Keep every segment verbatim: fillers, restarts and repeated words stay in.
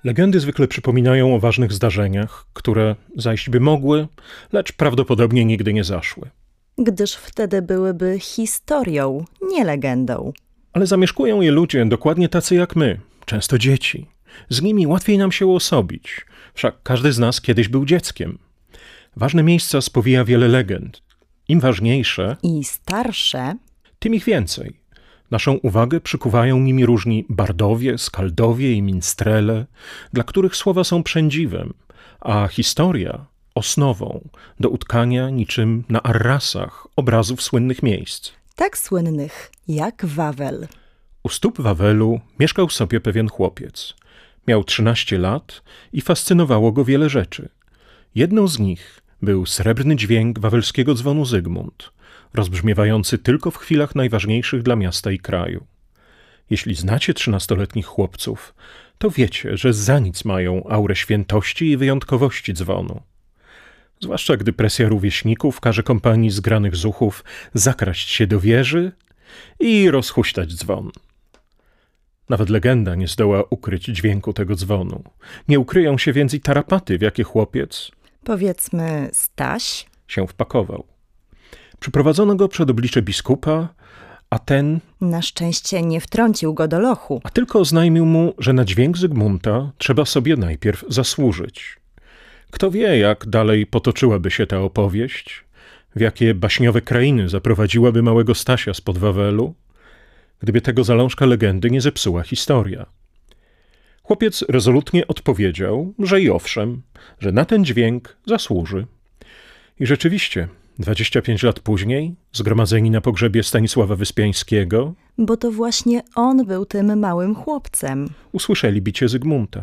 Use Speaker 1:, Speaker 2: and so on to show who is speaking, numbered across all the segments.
Speaker 1: Legendy zwykle przypominają o ważnych zdarzeniach, które zajść by mogły, lecz prawdopodobnie nigdy nie zaszły.
Speaker 2: Gdyż wtedy byłyby historią, nie legendą.
Speaker 1: Ale zamieszkują je ludzie dokładnie tacy jak my, często dzieci. Z nimi łatwiej nam się uosobić, wszak każdy z nas kiedyś był dzieckiem. Ważne miejsca spowija wiele legend. Im ważniejsze
Speaker 2: I starsze,
Speaker 1: tym ich więcej. Naszą uwagę przykuwają nimi różni bardowie, skaldowie i minstrele, dla których słowa są przędziwem, a historia osnową do utkania niczym na arrasach obrazów słynnych miejsc.
Speaker 2: tak słynnych jak Wawel.
Speaker 1: U stóp Wawelu mieszkał sobie pewien chłopiec. Miał trzynaście lat i fascynowało go wiele rzeczy. Jedną z nich był srebrny dźwięk wawelskiego dzwonu Zygmunt, rozbrzmiewający tylko w chwilach najważniejszych dla miasta i kraju. Jeśli znacie trzynastoletnich chłopców, to wiecie, że za nic mają aurę świętości i wyjątkowości dzwonu. Zwłaszcza gdy presja rówieśników każe kompanii zgranych zuchów zakraść się do wieży i rozhuśtać dzwon. Nawet legenda nie zdoła ukryć dźwięku tego dzwonu. Nie ukryją się więc i tarapaty, w jakie chłopiec,
Speaker 2: Powiedzmy Staś,
Speaker 1: się wpakował. Przyprowadzono go przed oblicze biskupa, a ten,
Speaker 2: na szczęście nie wtrącił go do lochu.
Speaker 1: a tylko oznajmił mu, że na dźwięk Zygmunta trzeba sobie najpierw zasłużyć. Kto wie, jak dalej potoczyłaby się ta opowieść, w jakie baśniowe krainy zaprowadziłaby małego Stasia spod Wawelu, gdyby tego zalążka legendy nie zepsuła historia. Chłopiec rezolutnie odpowiedział, że i owszem, że na ten dźwięk zasłuży. I rzeczywiście, dwadzieścia pięć lat później, zgromadzeni na pogrzebie Stanisława Wyspiańskiego,
Speaker 2: Bo to właśnie on był tym małym chłopcem.
Speaker 1: usłyszeli bicie Zygmunta.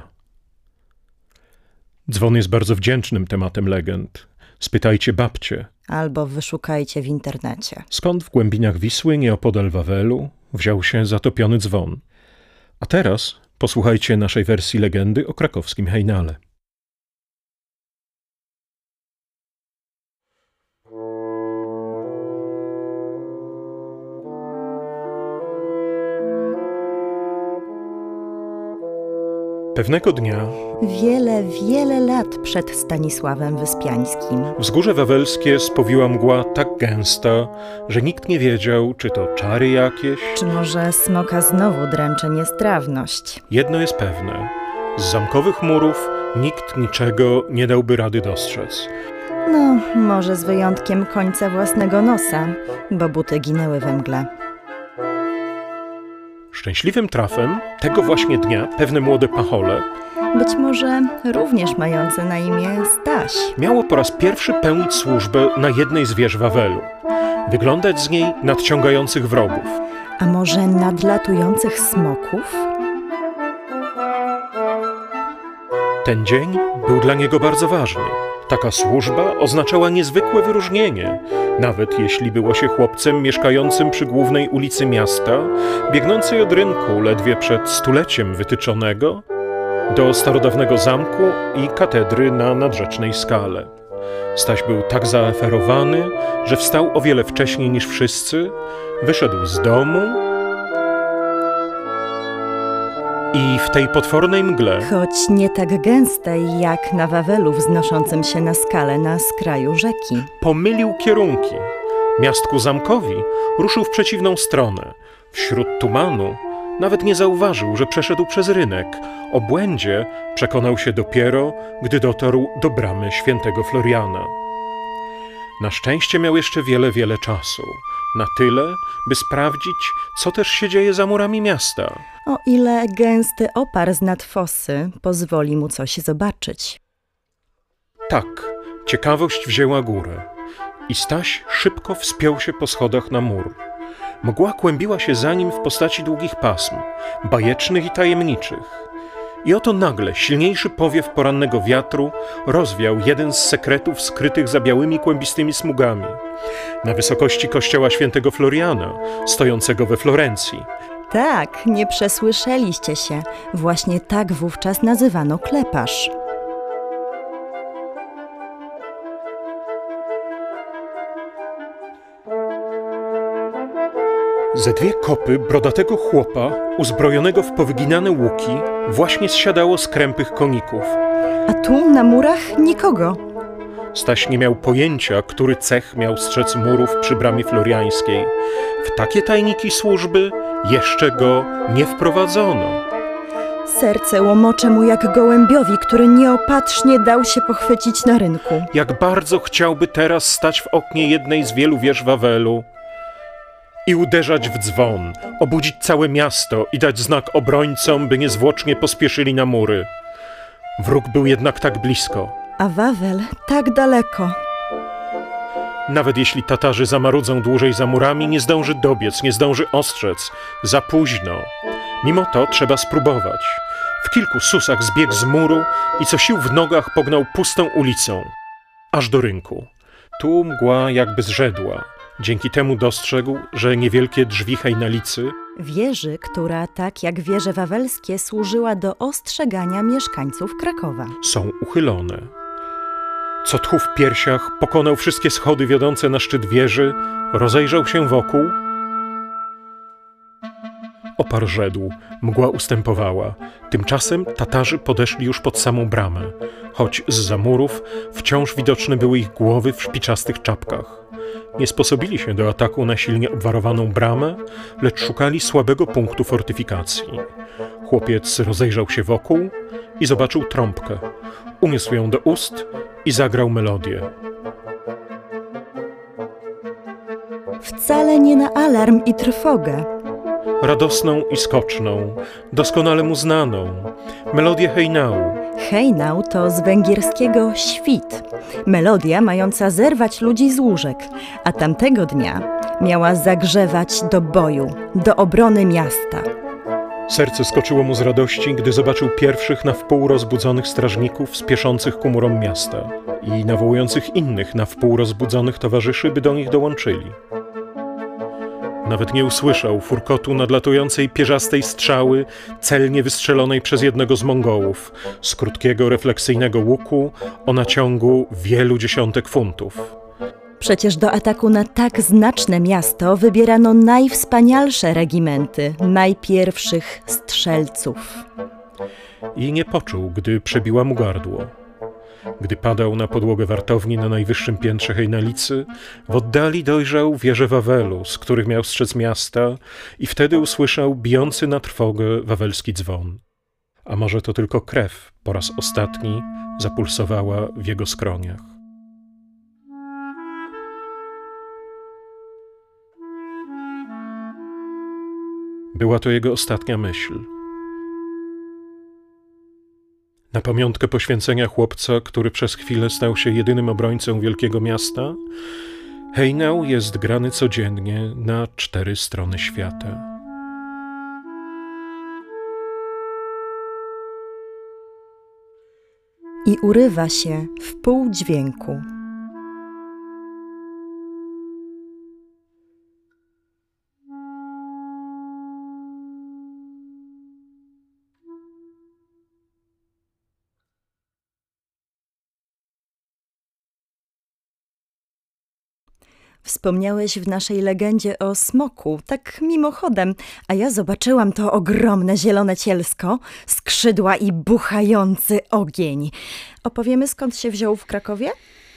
Speaker 1: Dzwon jest bardzo wdzięcznym tematem legend. Spytajcie babcie,
Speaker 2: Albo wyszukajcie w internecie.
Speaker 1: skąd w głębinach Wisły, nieopodal Wawelu, wziął się zatopiony dzwon. A teraz posłuchajcie naszej wersji legendy o krakowskim hejnale. Pewnego dnia
Speaker 2: Wiele, wiele lat przed Stanisławem Wyspiańskim.
Speaker 1: wzgórze wawelskie spowiła mgła tak gęsta, że nikt nie wiedział, czy to czary jakieś.
Speaker 2: Czy może smoka znowu dręczy niestrawność?
Speaker 1: Jedno jest pewne. Z zamkowych murów nikt niczego nie dałby rady dostrzec.
Speaker 2: No, może z wyjątkiem końca własnego nosa, bo buty ginęły we mgle.
Speaker 1: Szczęśliwym trafem tego właśnie dnia pewne młode pachole
Speaker 2: Być może również mające na imię Staś.
Speaker 1: miało po raz pierwszy pełnić służbę na jednej z wież Wawelu. Wyglądać z niej nadciągających wrogów.
Speaker 2: A może nadlatujących smoków?
Speaker 1: Ten dzień był dla niego bardzo ważny. Taka służba oznaczała niezwykłe wyróżnienie, nawet jeśli było się chłopcem mieszkającym przy głównej ulicy miasta, biegnącej od rynku ledwie przed stuleciem wytyczonego, do starodawnego zamku i katedry na nadrzecznej skale. Staś był tak zaaferowany, że wstał o wiele wcześniej niż wszyscy, wyszedł z domu i w tej potwornej mgle
Speaker 2: Choć nie tak gęstej jak na Wawelu wznoszącym się na skale na skraju rzeki.
Speaker 1: pomylił kierunki. Miastku zamkowi ruszył w przeciwną stronę. Wśród tumanu nawet nie zauważył, że przeszedł przez rynek. O błędzie przekonał się dopiero, gdy dotarł do bramy świętego Floriana. Na szczęście miał jeszcze wiele, wiele czasu. Na tyle, by sprawdzić, co też się dzieje za murami miasta.
Speaker 2: O ile gęsty opar z nad fosy pozwoli mu coś zobaczyć.
Speaker 1: Tak, ciekawość wzięła górę i Staś szybko wspiął się po schodach na mur. Mgła kłębiła się za nim w postaci długich pasm, bajecznych i tajemniczych. I oto nagle silniejszy powiew porannego wiatru rozwiał jeden z sekretów skrytych za białymi kłębistymi smugami. Na wysokości kościoła świętego Floriana, stojącego we Florencji.
Speaker 2: Tak, nie przesłyszeliście się. Właśnie tak wówczas nazywano kleparz.
Speaker 1: Ze dwie kopy brodatego chłopa, uzbrojonego w powyginane łuki, właśnie zsiadało z krępych koników.
Speaker 2: A tu na murach nikogo.
Speaker 1: Staś nie miał pojęcia, który cech miał strzec murów przy bramie floriańskiej. W takie tajniki służby jeszcze go nie wprowadzono.
Speaker 2: Serce łomocze mu jak gołębiowi, który nieopatrznie dał się pochwycić na rynku.
Speaker 1: Jak bardzo chciałby teraz stać w oknie jednej z wielu wież Wawelu i uderzać w dzwon, obudzić całe miasto i dać znak obrońcom, by niezwłocznie pospieszyli na mury. Wróg był jednak tak blisko.
Speaker 2: A Wawel tak daleko.
Speaker 1: Nawet jeśli Tatarzy zamarudzą dłużej za murami, nie zdąży dobiec, nie zdąży ostrzec. Za późno. Mimo to trzeba spróbować. W kilku susach zbiegł z muru i co sił w nogach pognał pustą ulicą, aż do rynku. Tu mgła jakby zrzedła. Dzięki temu dostrzegł, że niewielkie drzwi hejnalicy,
Speaker 2: Wieży, która tak jak wieże wawelskie służyła do ostrzegania mieszkańców Krakowa.
Speaker 1: są uchylone. Co tchu w piersiach, pokonał wszystkie schody wiodące na szczyt wieży, rozejrzał się wokół. Opar rzedł, mgła ustępowała. Tymczasem Tatarzy podeszli już pod samą bramę, choć zza murów wciąż widoczne były ich głowy w szpiczastych czapkach. Nie sposobili się do ataku na silnie obwarowaną bramę, lecz szukali słabego punktu fortyfikacji. Chłopiec rozejrzał się wokół i zobaczył trąbkę. Uniósł ją do ust i zagrał melodię.
Speaker 2: Wcale nie na alarm i trwogę.
Speaker 1: Radosną i skoczną, doskonale mu znaną, melodię hejnału.
Speaker 2: Hejnał to z węgierskiego świt. Melodia mająca zerwać ludzi z łóżek, a tamtego dnia miała zagrzewać do boju, do obrony miasta.
Speaker 1: Serce skoczyło mu z radości, gdy zobaczył pierwszych na wpół rozbudzonych strażników spieszących ku murom miasta i nawołujących innych na wpół rozbudzonych towarzyszy, by do nich dołączyli. Nawet nie usłyszał furkotu nadlatującej pierzastej strzały, celnie wystrzelonej przez jednego z Mongołów, z krótkiego, refleksyjnego łuku o naciągu wielu dziesiątek funtów.
Speaker 2: Przecież do ataku na tak znaczne miasto wybierano najwspanialsze regimenty, najpierwszych strzelców.
Speaker 1: I nie poczuł, gdy przebiła mu gardło. Gdy padał na podłogę wartowni na najwyższym piętrze hejnalicy, w oddali dojrzał wieże Wawelu, z których miał strzec miasta, i wtedy usłyszał bijący na trwogę wawelski dzwon. A może to tylko krew po raz ostatni zapulsowała w jego skroniach. Była to jego ostatnia myśl. Na pamiątkę poświęcenia chłopca, który przez chwilę stał się jedynym obrońcą wielkiego miasta, hejnał jest grany codziennie na cztery strony świata.
Speaker 2: I urywa się w pół dźwięku. Wspomniałeś w naszej legendzie o smoku, tak mimochodem, a ja zobaczyłam to ogromne zielone cielsko, skrzydła i buchający ogień. Opowiemy, skąd się wziął w Krakowie?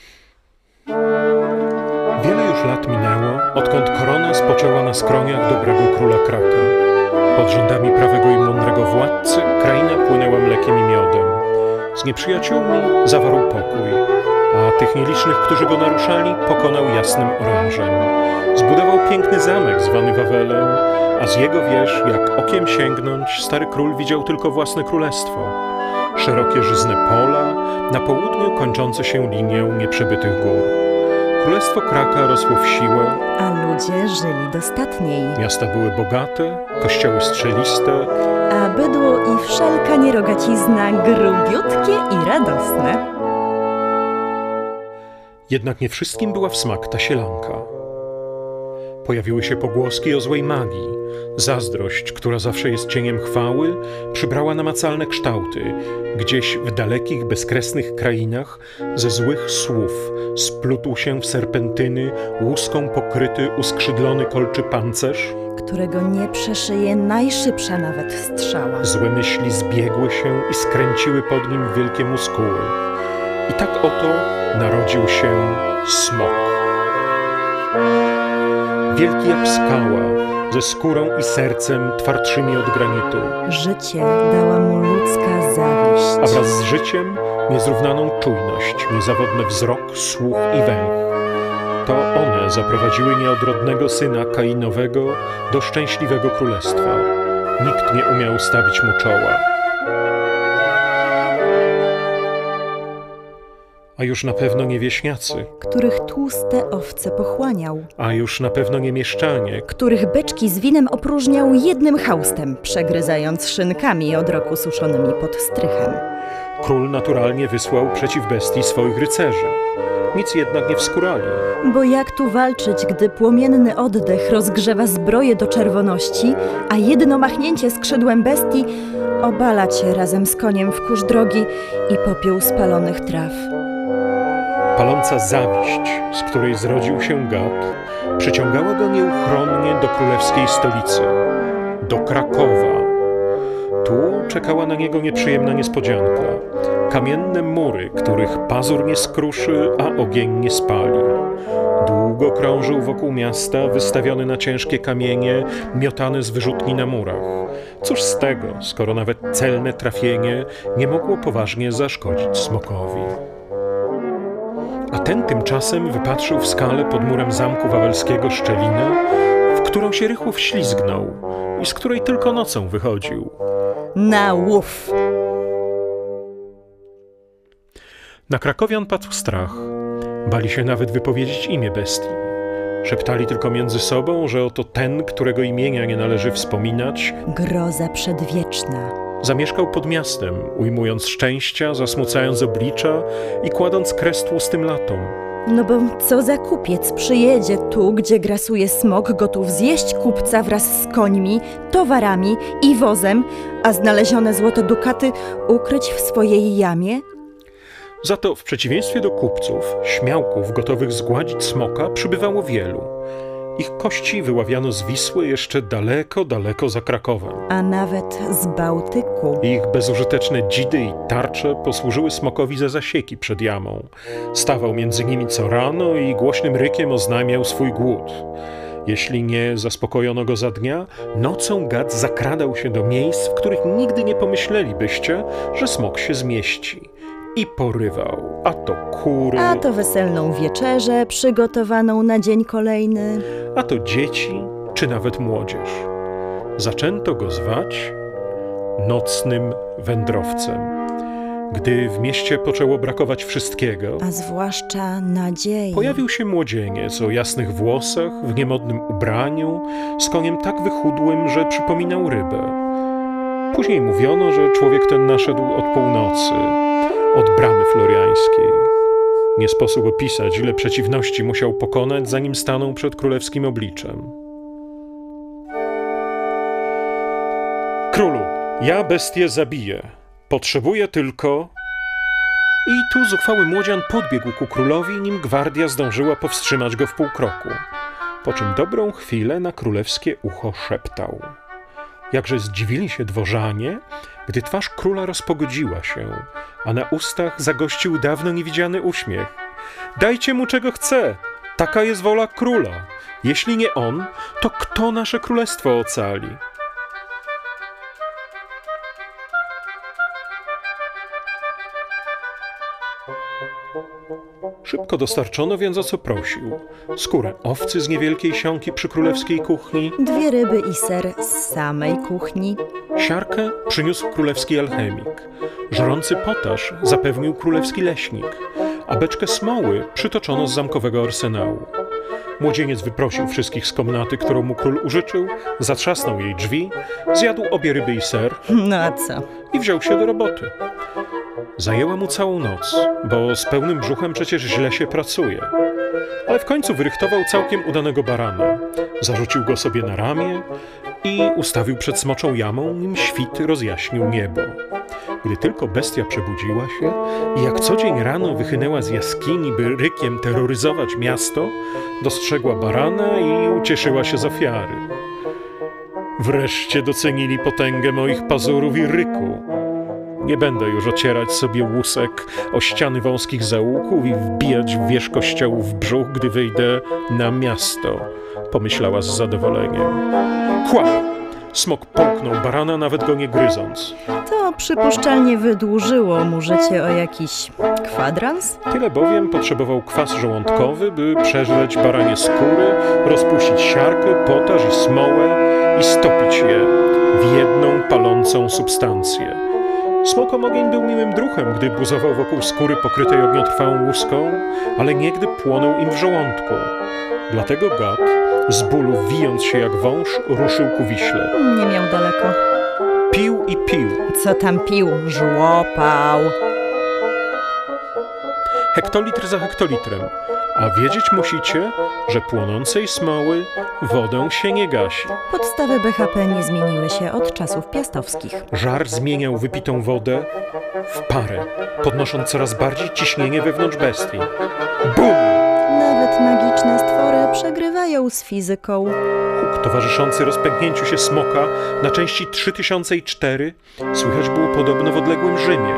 Speaker 1: Wiele już lat minęło, odkąd korona spoczęła na skroniach dobrego króla Kraka. Pod rządami prawego i mądrego władcy kraina płynęła mlekiem i miodem. Z nieprzyjaciółmi zawarł pokój, a tych nielicznych, którzy go naruszali, pokonał jasnym orężem. Zbudował piękny zamek zwany Wawelem, a z jego wież, jak okiem sięgnąć, stary król widział tylko własne królestwo. Szerokie żyzne pola, na południu kończące się linią nieprzebytych gór. Królestwo Kraka rosło w siłę,
Speaker 2: A ludzie żyli dostatniej,
Speaker 1: miasta były bogate, kościoły strzeliste,
Speaker 2: a bydło i wszelka nierogacizna grubiutkie i radosne.
Speaker 1: jednak nie wszystkim była w smak ta sielanka. Pojawiły się pogłoski o złej magii. Zazdrość, która zawsze jest cieniem chwały, przybrała namacalne kształty. Gdzieś w dalekich, bezkresnych krainach ze złych słów splótł się w serpentyny łuską pokryty, uskrzydlony kolczy pancerz,
Speaker 2: którego nie przeszyje najszybsza nawet strzała.
Speaker 1: Złe myśli zbiegły się i skręciły pod nim wielkie muskuły. I tak oto narodził się smok. Wielki jak skała, ze skórą i sercem twardszymi od granitu.
Speaker 2: Życie dała mu ludzka zawiść.
Speaker 1: A wraz z życiem niezrównaną czujność, niezawodny wzrok, słuch i węch. To one zaprowadziły nieodrodnego syna Kainowego do szczęśliwego królestwa. Nikt nie umiał stawić mu czoła. A już na pewno nie wieśniacy,
Speaker 2: których tłuste owce pochłaniał,
Speaker 1: a już na pewno nie mieszczanie,
Speaker 2: których beczki z winem opróżniał jednym chaustem, przegryzając szynkami od roku suszonymi pod strychem.
Speaker 1: Król naturalnie wysłał przeciw bestii swoich rycerzy. Nic jednak nie wskórali.
Speaker 2: Bo jak tu walczyć, gdy płomienny oddech rozgrzewa zbroję do czerwoności, a jedno machnięcie skrzydłem bestii obala cię razem z koniem w kurz drogi i popiół spalonych traw.
Speaker 1: Paląca zawiść, z której zrodził się gad, przyciągała go nieuchronnie do królewskiej stolicy, do Krakowa. Tu czekała na niego nieprzyjemna niespodzianka. Kamienne mury, których pazur nie skruszy, a ogień nie spali. Długo krążył wokół miasta, wystawiony na ciężkie kamienie, miotany z wyrzutni na murach. Cóż z tego, skoro nawet celne trafienie nie mogło poważnie zaszkodzić smokowi. A ten tymczasem wypatrzył w skale pod murem zamku wawelskiego szczelinę, w którą się rychło wślizgnął i z której tylko nocą wychodził.
Speaker 2: Na łów!
Speaker 1: Na krakowian padł strach. Bali się nawet wypowiedzieć imię bestii. Szeptali tylko między sobą, że oto ten, którego imienia nie należy wspominać,
Speaker 2: groza przedwieczna,
Speaker 1: zamieszkał pod miastem, ujmując szczęścia, zasmucając oblicza i kładąc kres tłustym latom.
Speaker 2: No bo co za kupiec przyjedzie tu, gdzie grasuje smok, gotów zjeść kupca wraz z końmi, towarami i wozem, a znalezione złote dukaty ukryć w swojej jamie?
Speaker 1: Za to w przeciwieństwie do kupców, śmiałków gotowych zgładzić smoka przybywało wielu. Ich kości wyławiano z Wisły jeszcze daleko, daleko za Krakowem.
Speaker 2: A nawet z Bałtyku.
Speaker 1: Ich bezużyteczne dzidy i tarcze posłużyły smokowi za zasieki przed jamą. Stawał między nimi co rano i głośnym rykiem oznajmiał swój głód. Jeśli nie zaspokojono go za dnia, nocą gad zakradał się do miejsc, w których nigdy nie pomyślelibyście, że smok się zmieści. I porywał, a to kury,
Speaker 2: a to weselną wieczerzę przygotowaną na dzień kolejny,
Speaker 1: a to dzieci, czy nawet młodzież. Zaczęto go zwać nocnym wędrowcem. Gdy w mieście poczęło brakować wszystkiego,
Speaker 2: a zwłaszcza nadziei,
Speaker 1: pojawił się młodzieniec o jasnych włosach, w niemodnym ubraniu, z koniem tak wychudłym, że przypominał rybę. Później mówiono, że człowiek ten naszedł od północy, od bramy floriańskiej. Nie sposób opisać, ile przeciwności musiał pokonać, zanim stanął przed królewskim obliczem. Królu, ja bestię zabiję. Potrzebuję tylko... I tu zuchwały młodzian podbiegł ku królowi, nim gwardia zdążyła powstrzymać go w pół kroku. Po czym dobrą chwilę na królewskie ucho szeptał. Jakże zdziwili się dworzanie, gdy twarz króla rozpogodziła się, a na ustach zagościł dawno niewidziany uśmiech. Dajcie mu czego chce, taka jest wola króla. Jeśli nie on, to kto nasze królestwo ocali? Szybko dostarczono więc o co prosił. Skórę owcy z niewielkiej sionki przy królewskiej kuchni,
Speaker 2: dwie ryby i ser z samej kuchni.
Speaker 1: Siarkę przyniósł królewski alchemik. Żrący potaż zapewnił królewski leśnik, a beczkę smoły przytoczono z zamkowego arsenału. Młodzieniec wyprosił wszystkich z komnaty, którą mu król użyczył, zatrzasnął jej drzwi, zjadł obie ryby i ser.
Speaker 2: No a co?
Speaker 1: I wziął się do roboty. Zajęła mu całą noc, bo z pełnym brzuchem przecież źle się pracuje. Ale w końcu wyrychtował całkiem udanego barana. Zarzucił go sobie na ramię i ustawił przed smoczą jamą, nim świt rozjaśnił niebo. Gdy tylko bestia przebudziła się i jak co dzień rano wychynęła z jaskini, by rykiem terroryzować miasto, dostrzegła barana i ucieszyła się z ofiary. Wreszcie docenili potęgę moich pazurów i ryku. Nie będę już ocierać sobie łusek o ściany wąskich zaułków i wbijać w wierzch kościołów w brzuch, gdy wyjdę na miasto, pomyślała z zadowoleniem. Chłap! Smok połknął barana, nawet go nie gryząc.
Speaker 2: To przypuszczalnie wydłużyło mu życie o jakiś kwadrans?
Speaker 1: Tyle bowiem potrzebował kwas żołądkowy, by przeżreć baranie skóry, rozpuścić siarkę, potaż i smołę i stopić je w jedną palącą substancję. Smokomogień był miłym druhem, gdy buzował wokół skóry pokrytej ogniotrwałą łuską, ale niegdy płonął im w żołądku. Dlatego gad, z bólu wijąc się jak wąż, ruszył ku Wiśle.
Speaker 2: Nie miał daleko.
Speaker 1: Pił i pił.
Speaker 2: Co tam pił? Żłopał.
Speaker 1: Hektolitr za hektolitrem. A wiedzieć musicie, że płonącej smoły wodą się nie gasi.
Speaker 2: Podstawy B H P nie zmieniły się od czasów piastowskich.
Speaker 1: Żar zmieniał wypitą wodę w parę, podnosząc coraz bardziej ciśnienie wewnątrz bestii. Bum!
Speaker 2: Nawet magiczne stwory przegrywają z fizyką.
Speaker 1: Huk towarzyszący rozpęknięciu się smoka na części trzy tysiące cztery słychać było podobno w odległym Rzymie.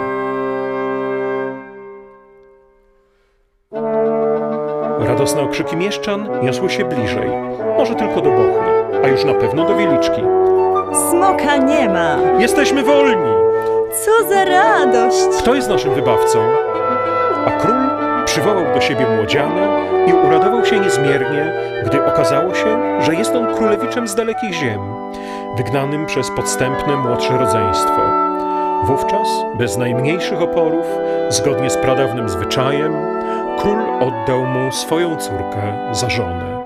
Speaker 1: Radosne okrzyki mieszczan niosły się bliżej, może tylko do Bochni, a już na pewno do Wieliczki.
Speaker 2: Smoka nie ma!
Speaker 1: Jesteśmy wolni!
Speaker 2: Co za radość!
Speaker 1: Kto jest naszym wybawcą? A król przywołał do siebie młodziana i uradował się niezmiernie, gdy okazało się, że jest on królewiczem z dalekich ziem, wygnanym przez podstępne młodsze rodzeństwo. Wówczas, bez najmniejszych oporów, zgodnie z pradawnym zwyczajem, król oddał mu swoją córkę za żonę.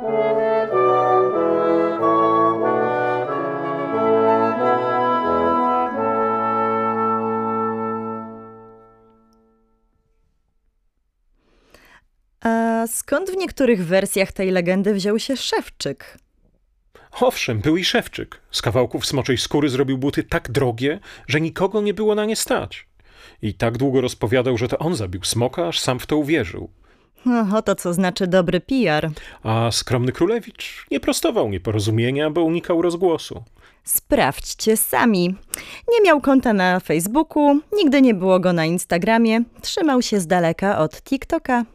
Speaker 2: A skąd w niektórych wersjach tej legendy wziął się szewczyk?
Speaker 1: Owszem, był i szewczyk. Z kawałków smoczej skóry zrobił buty tak drogie, że nikogo nie było na nie stać. I tak długo rozpowiadał, że to on zabił smoka, aż sam w to uwierzył.
Speaker 2: No, oto co znaczy dobry P R.
Speaker 1: A skromny królewicz nie prostował nieporozumienia, bo unikał rozgłosu.
Speaker 2: Sprawdźcie sami. Nie miał konta na Facebooku, nigdy nie było go na Instagramie, trzymał się z daleka od TikToka.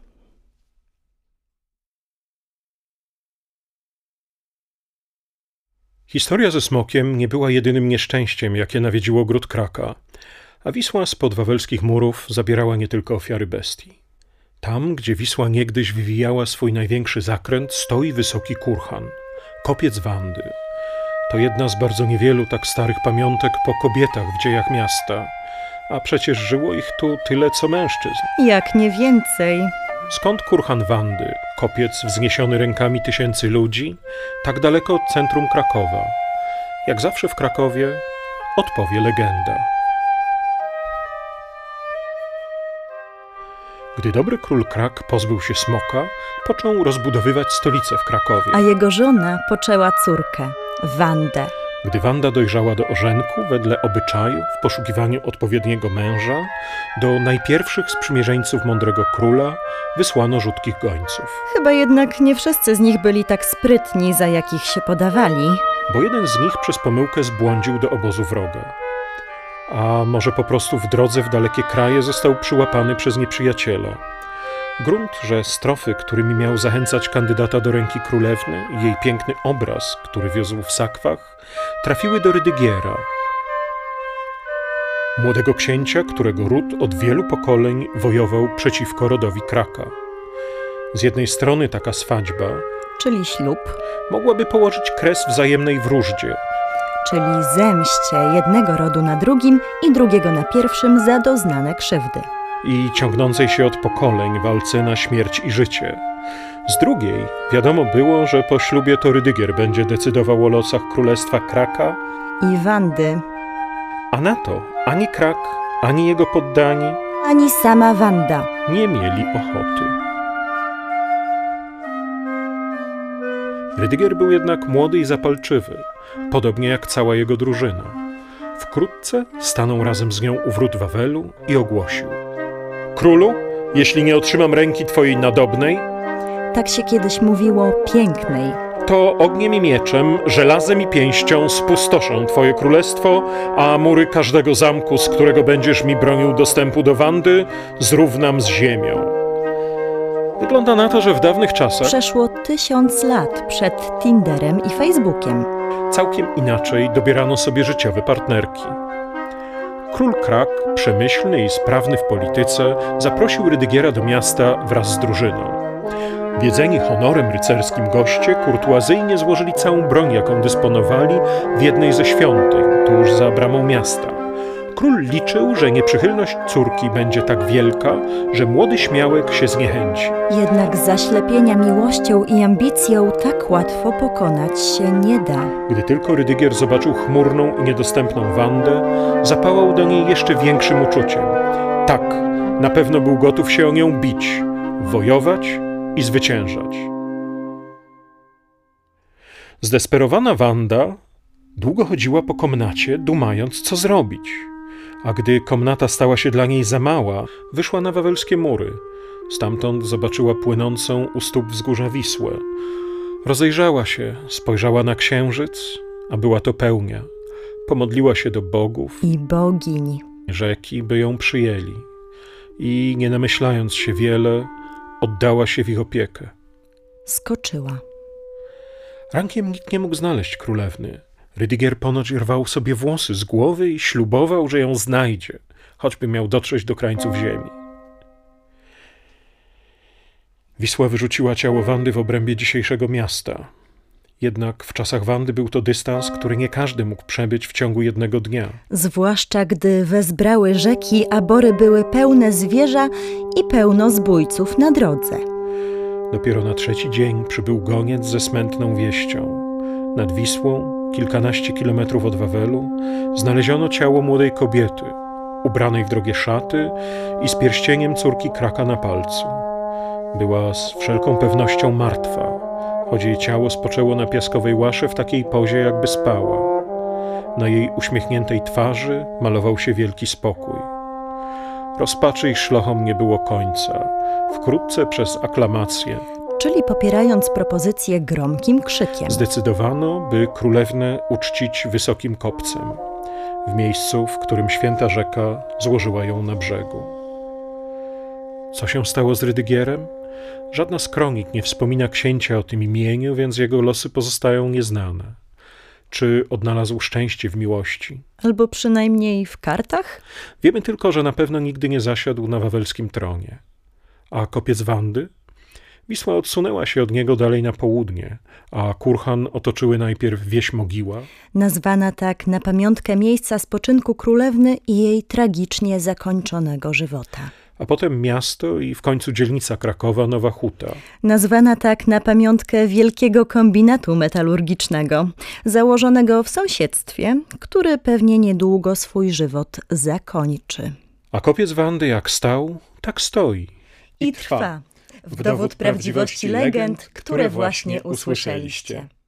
Speaker 1: Historia ze smokiem nie była jedynym nieszczęściem, jakie nawiedziło gród Kraka, a Wisła spod wawelskich murów zabierała nie tylko ofiary bestii. Tam, gdzie Wisła niegdyś wywijała swój największy zakręt, stoi wysoki kurhan, kopiec Wandy. To jedna z bardzo niewielu tak starych pamiątek po kobietach w dziejach miasta, a przecież żyło ich tu tyle co mężczyzn.
Speaker 2: Jak nie więcej.
Speaker 1: Skąd kurhan Wandy, kopiec wzniesiony rękami tysięcy ludzi, tak daleko od centrum Krakowa? Jak zawsze w Krakowie odpowie legenda. Gdy dobry król Krak pozbył się smoka, począł rozbudowywać stolicę w Krakowie.
Speaker 2: A jego żona poczęła córkę, Wandę.
Speaker 1: Gdy Wanda dojrzała do ożenku, wedle obyczaju, w poszukiwaniu odpowiedniego męża, do najpierwszych sprzymierzeńców mądrego króla wysłano rzutkich gońców.
Speaker 2: Chyba jednak nie wszyscy z nich byli tak sprytni, za jakich się podawali.
Speaker 1: Bo jeden z nich przez pomyłkę zbłądził do obozu wroga. A może po prostu w drodze w dalekie kraje został przyłapany przez nieprzyjaciela. Grunt, że strofy, którymi miał zachęcać kandydata do ręki królewny i jej piękny obraz, który wiózł w sakwach, trafiły do Rydygiera, młodego księcia, którego ród od wielu pokoleń wojował przeciwko rodowi Kraka. Z jednej strony taka swadźba,
Speaker 2: czyli ślub,
Speaker 1: mogłaby położyć kres wzajemnej wróżdzie,
Speaker 2: czyli zemście jednego rodu na drugim i drugiego na pierwszym za doznane krzywdy.
Speaker 1: I ciągnącej się od pokoleń walce na śmierć i życie. Z drugiej wiadomo było, że po ślubie to Rydygier będzie decydował o losach królestwa Kraka
Speaker 2: i Wandy.
Speaker 1: A na to ani Krak, ani jego poddani,
Speaker 2: ani sama Wanda
Speaker 1: nie mieli ochoty. Rydygier był jednak młody i zapalczywy, podobnie jak cała jego drużyna. Wkrótce stanął razem z nią u wrót Wawelu i ogłosił: Królu, jeśli nie otrzymam ręki twojej nadobnej,
Speaker 2: tak się kiedyś mówiło, pięknej,
Speaker 1: to ogniem i mieczem, żelazem i pięścią spustoszą twoje królestwo, a mury każdego zamku, z którego będziesz mi bronił dostępu do Wandy, zrównam z ziemią. Wygląda na to, że w dawnych czasach
Speaker 2: Przeszło tysiąc lat przed Tinderem i Facebookiem.
Speaker 1: całkiem inaczej dobierano sobie życiowe partnerki. Król Krak, przemyślny i sprawny w polityce, zaprosił Rydygiera do miasta wraz z drużyną. Wiedzeni honorem rycerskim goście kurtuazyjnie złożyli całą broń, jaką dysponowali, w jednej ze świątyń, tuż za bramą miasta. Król liczył, że nieprzychylność córki będzie tak wielka, że młody śmiałek się zniechęci.
Speaker 2: Jednak zaślepienia miłością i ambicją tak łatwo pokonać się nie da.
Speaker 1: Gdy tylko Rydygier zobaczył chmurną i niedostępną Wandę, zapałał do niej jeszcze większym uczuciem. Tak, na pewno był gotów się o nią bić, wojować i zwyciężać. Zdesperowana Wanda długo chodziła po komnacie, dumając, co zrobić. A gdy komnata stała się dla niej za mała, wyszła na wawelskie mury. Stamtąd zobaczyła płynącą u stóp wzgórza Wisłę. Rozejrzała się, spojrzała na księżyc, a była to pełnia. Pomodliła się do bogów
Speaker 2: I bogiń.
Speaker 1: rzeki, by ją przyjęli. I nie namyślając się wiele, oddała się w ich opiekę.
Speaker 2: Skoczyła.
Speaker 1: Rankiem nikt nie mógł znaleźć królewny. Rydygier ponoć rwał sobie włosy z głowy i ślubował, że ją znajdzie, choćby miał dotrzeć do krańców ziemi. Wisła wyrzuciła ciało Wandy w obrębie dzisiejszego miasta. Jednak w czasach Wandy był to dystans, który nie każdy mógł przebyć w ciągu jednego dnia.
Speaker 2: Zwłaszcza gdy wezbrały rzeki, a bory były pełne zwierza i pełno zbójców na drodze.
Speaker 1: Dopiero na trzeci dzień przybył goniec ze smętną wieścią. Nad Wisłą, kilkanaście kilometrów od Wawelu, znaleziono ciało młodej kobiety, ubranej w drogie szaty i z pierścieniem córki Kraka na palcu. Była z wszelką pewnością martwa, choć jej ciało spoczęło na piaskowej łasze w takiej pozie, jakby spała. Na jej uśmiechniętej twarzy malował się wielki spokój. Rozpaczy i szlochom nie było końca. Wkrótce przez aklamację,
Speaker 2: Czyli popierając propozycję gromkim krzykiem.
Speaker 1: zdecydowano, by królewnę uczcić wysokim kopcem, w miejscu, w którym święta rzeka złożyła ją na brzegu. Co się stało z Rydygierem? Żadna z kronik nie wspomina księcia o tym imieniu, więc jego losy pozostają nieznane. Czy odnalazł szczęście w miłości?
Speaker 2: Albo przynajmniej w kartach?
Speaker 1: Wiemy tylko, że na pewno nigdy nie zasiadł na wawelskim tronie. A kopiec Wandy? Wisła odsunęła się od niego dalej na południe, a kurhan otoczyły najpierw wieś Mogiła,
Speaker 2: Nazwana tak na pamiątkę miejsca spoczynku królewny i jej tragicznie zakończonego żywota.
Speaker 1: a potem miasto i w końcu dzielnica Krakowa, Nowa Huta.
Speaker 2: Nazwana tak na pamiątkę wielkiego kombinatu metalurgicznego, założonego w sąsiedztwie, który pewnie niedługo swój żywot zakończy.
Speaker 1: A kopiec Wandy jak stał, tak stoi.
Speaker 2: I trwa. W dowód prawdziwości legend, które właśnie usłyszeliście.